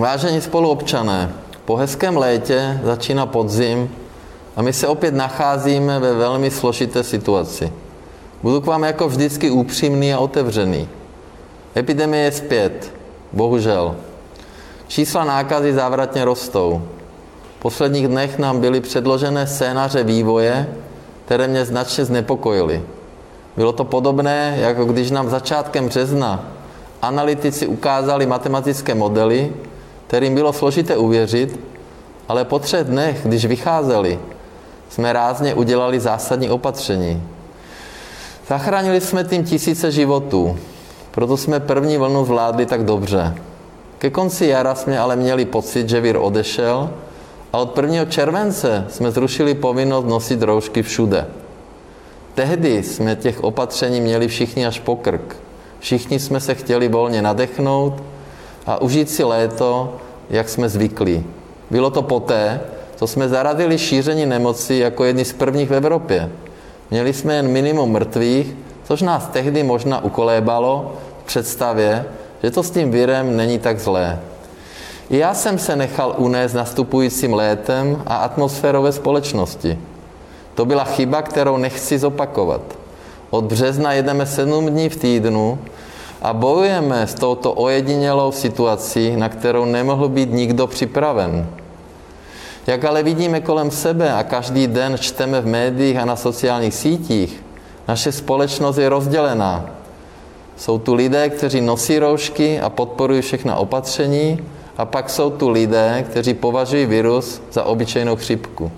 Vážení spoluobčané, po hezkém létě začíná podzim a my se opět nacházíme ve velmi složité situaci. Budu k vám jako vždycky upřímný a otevřený. Epidemie je zpět, bohužel. Čísla nákazy závratně rostou. V posledních dnech nám byly předložené scénáře vývoje, které mě značně znepokojily. Bylo to podobné, jako když nám začátkem března analytici ukázali matematické modely, kterým bylo složité uvěřit, ale po 3 dnech, když vycházeli, jsme rázně udělali zásadní opatření. Zachránili jsme tím tisíce životů, proto jsme první vlnu zvládli tak dobře. Ke konci jara jsme ale měli pocit, že vir odešel a od 1. července jsme zrušili povinnost nosit roušky všude. Tehdy jsme těch opatření měli všichni až po krk. Všichni jsme se chtěli volně nadechnout a užít si léto, jak jsme zvyklí. Bylo to poté, co jsme zarazili šíření nemoci jako jedni z prvních v Evropě. Měli jsme jen minimum mrtvých, což nás tehdy možná ukolébalo v představě, že to s tím virem není tak zlé. I já jsem se nechal unést nastupujícím létem a atmosférou ve společnosti. To byla chyba, kterou nechci zopakovat. Od března jedeme 7 dní v týdnu a bojujeme s touto ojedinělou situací, na kterou nemohl být nikdo připraven. Jak ale vidíme kolem sebe a každý den čteme v médiích a na sociálních sítích, naše společnost je rozdělená. Jsou tu lidé, kteří nosí roušky a podporují všechna opatření, a pak jsou tu lidé, kteří považují virus za obyčejnou chřipku.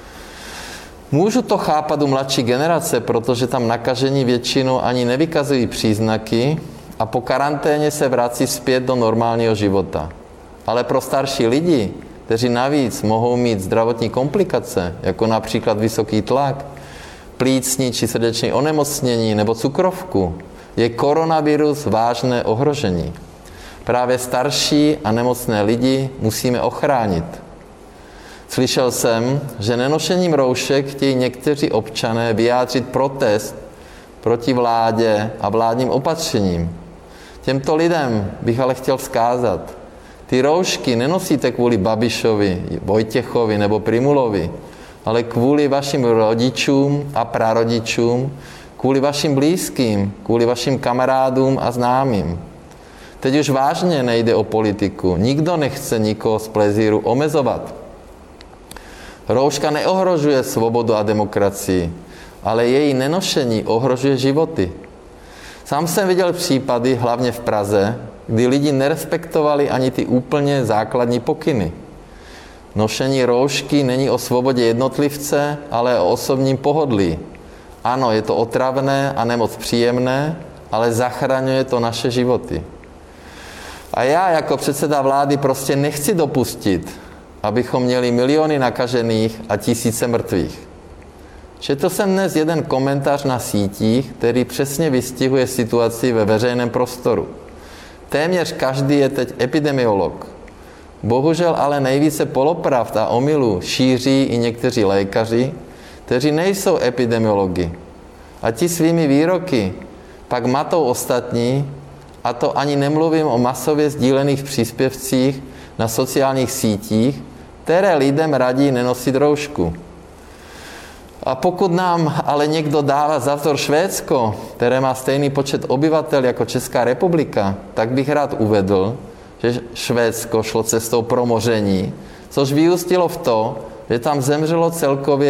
Můžu to chápat u mladší generace, protože tam nakažení většinou ani nevykazují příznaky a po karanténě se vrací zpět do normálního života. Ale pro starší lidi, kteří navíc mohou mít zdravotní komplikace, jako například vysoký tlak, plicní či srdeční onemocnění nebo cukrovku, je koronavirus vážné ohrožení. Právě starší a nemocné lidi musíme ochránit. Slyšel jsem, že nenošením roušek chtějí někteří občané vyjádřit protest proti vládě a vládním opatřením. Těmto lidem bych ale chtěl vzkázat, ty roušky nenosíte kvůli Babišovi, Vojtěchovi nebo Primulovi, ale kvůli vašim rodičům a prarodičům, kvůli vašim blízkým, kvůli vašim kamarádům a známým. Teď už vážně nejde o politiku. Nikdo nechce nikoho z plezíru omezovat. Rouška neohrožuje svobodu a demokracii, ale její nenošení ohrožuje životy. Sám jsem viděl případy, hlavně v Praze, kdy lidi nerespektovali ani ty úplně základní pokyny. Nošení roušky není o svobodě jednotlivce, ale o osobním pohodlí. Ano, je to otravné a nemoc příjemné, ale zachraňuje to naše životy. A já jako předseda vlády prostě nechci dopustit, abychom měli miliony nakažených a tisíce mrtvých. Četl jsem dnes jeden komentář na sítích, který přesně vystihuje situaci ve veřejném prostoru. Téměř každý je teď epidemiolog. Bohužel ale nejvíce polopravd a omylů šíří i někteří lékaři, kteří nejsou epidemiologi. A ti svými výroky pak matou ostatní, a to ani nemluvím o masově sdílených příspěvcích na sociálních sítích, které lidem radí nenosit roušku. A pokud nám ale někdo dává za vzor Švédsko, které má stejný počet obyvatel jako Česká republika, tak bych rád uvedl, že Švédsko šlo cestou promoření, což vyústilo v to, že tam zemřelo celkově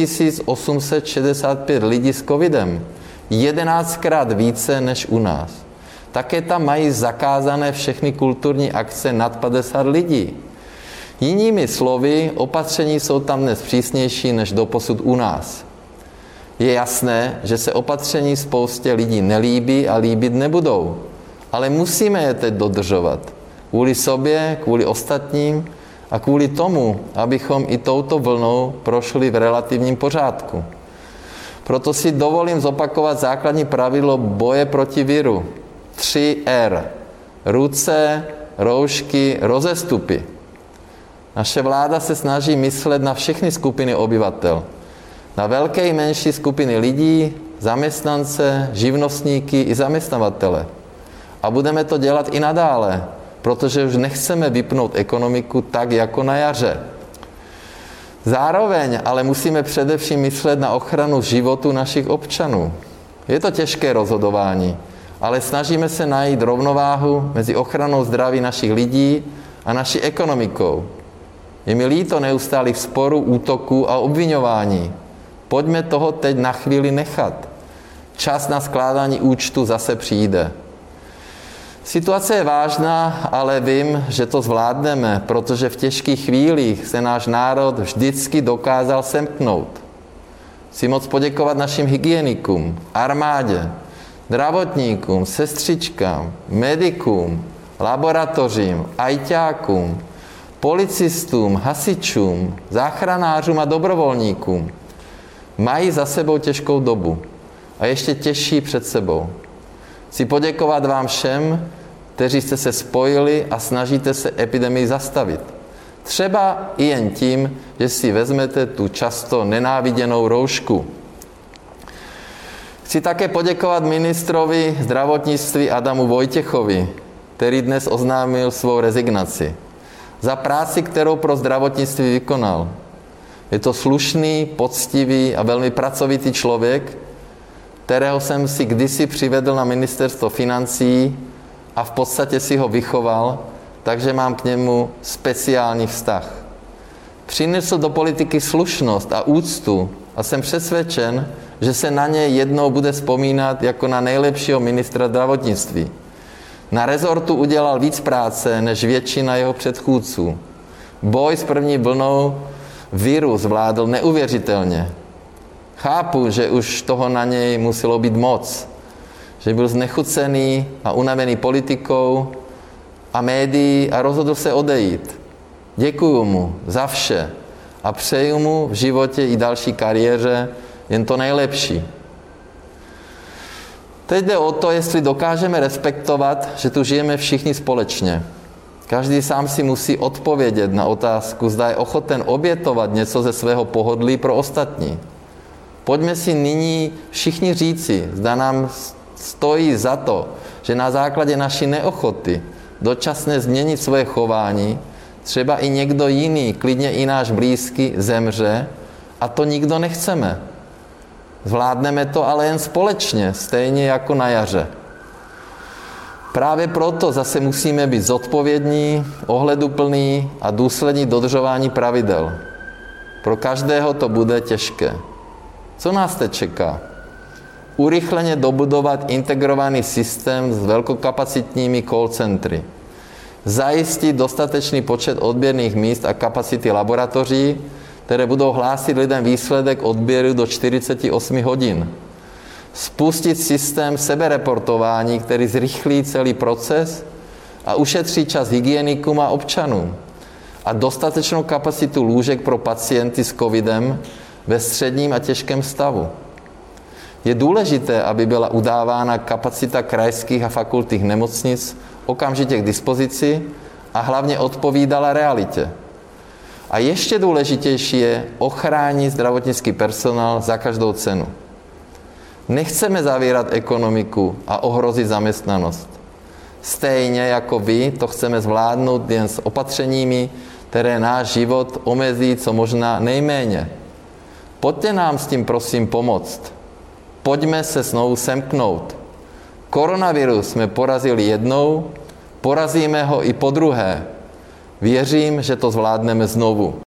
5865 lidí s covidem, 11krát více než u nás. Také tam mají zakázané všechny kulturní akce nad 50 lidí. Jinými slovy, opatření jsou tam dnes přísnější než doposud u nás. Je jasné, že se opatření spoustě lidí nelíbí a líbit nebudou, ale musíme je teď dodržovat. Kvůli sobě, kvůli ostatním a kvůli tomu, abychom i touto vlnou prošli v relativním pořádku. Proto si dovolím zopakovat základní pravidlo boje proti viru. 3R. Ruce, roušky, rozestupy. Naše vláda se snaží myslet na všechny skupiny obyvatel. Na velké i menší skupiny lidí, zaměstnance, živnostníky i zaměstnavatele. A budeme to dělat i nadále, protože už nechceme vypnout ekonomiku tak jako na jaře. Zároveň ale musíme především myslet na ochranu životu našich občanů. Je to těžké rozhodování, ale snažíme se najít rovnováhu mezi ochranou zdraví našich lidí a naší ekonomikou. Je mi líto neustálých sporů, útoků a obviňování. Pojďme toho teď na chvíli nechat. Čas na skládání účtu zase přijde. Situace je vážná, ale vím, že to zvládneme, protože v těžkých chvílích se náš národ vždycky dokázal semknout. Chci moc poděkovat našim hygienikům, armádě, zdravotníkům, sestřičkám, medikům, laboratořím, ajťákům, policistům, hasičům, záchranářům a dobrovolníkům. Mají za sebou těžkou dobu a ještě těžší před sebou. Chci poděkovat vám všem, kteří jste se spojili a snažíte se epidemii zastavit. Třeba i jen tím, že si vezmete tu často nenáviděnou roušku. Chci také poděkovat ministrovi zdravotnictví Adamu Vojtěchovi, který dnes oznámil svou rezignaci, za práci, kterou pro zdravotnictví vykonal. Je to slušný, poctivý a velmi pracovitý člověk, kterého jsem si kdysi přivedl na ministerstvo financí a v podstatě si ho vychoval, takže mám k němu speciální vztah. Přinesl do politiky slušnost a úctu a jsem přesvědčen, že se na něj jednou bude vzpomínat jako na nejlepšího ministra zdravotnictví. Na rezortu udělal víc práce než většina jeho předchůdců. Boj s první vlnou viru zvládl neuvěřitelně. Chápu, že už toho na něj muselo být moc, že byl znechucený a unavený politikou a médií a rozhodl se odejít. Děkuju mu za vše a přeju mu v životě i další kariéře jen to nejlepší. Teď jde o to, jestli dokážeme respektovat, že tu žijeme všichni společně. Každý sám si musí odpovědět na otázku, zda je ochoten obětovat něco ze svého pohodlí pro ostatní. Pojďme si nyní všichni říci, zda nám stojí za to, že na základě naší neochoty dočasně změnit svoje chování, třeba i někdo jiný, klidně i náš blízký, zemře a to nikdo nechceme. Zvládneme to ale jen společně, stejně jako na jaře. Právě proto zase musíme být zodpovědní, ohleduplní a důslední dodržování pravidel. Pro každého to bude těžké. Co nás teď čeká? Urychleně dobudovat integrovaný systém s velkokapacitními call centry. Zajistit dostatečný počet odběrných míst a kapacity laboratoří, které budou hlásit lidem výsledek odběru do 48 hodin. Spustit systém sebereportování, který zrychlí celý proces a ušetří čas hygienikům a občanům. A dostatečnou kapacitu lůžek pro pacienty s covidem ve středním a těžkém stavu. Je důležité, aby byla udávána kapacita krajských a fakultních nemocnic okamžitě k dispozici a hlavně odpovídala realitě. A ještě důležitější je ochránit zdravotnický personál za každou cenu. Nechceme zavírat ekonomiku a ohrozit zaměstnanost. Stejně jako vy to chceme zvládnout jen s opatřeními, které náš život omezí co možná nejméně. Pojďte nám s tím prosím pomoct. Pojďme se znovu semknout. Koronavirus jsme porazili jednou, porazíme ho i podruhé. Věřím, že to zvládneme znovu.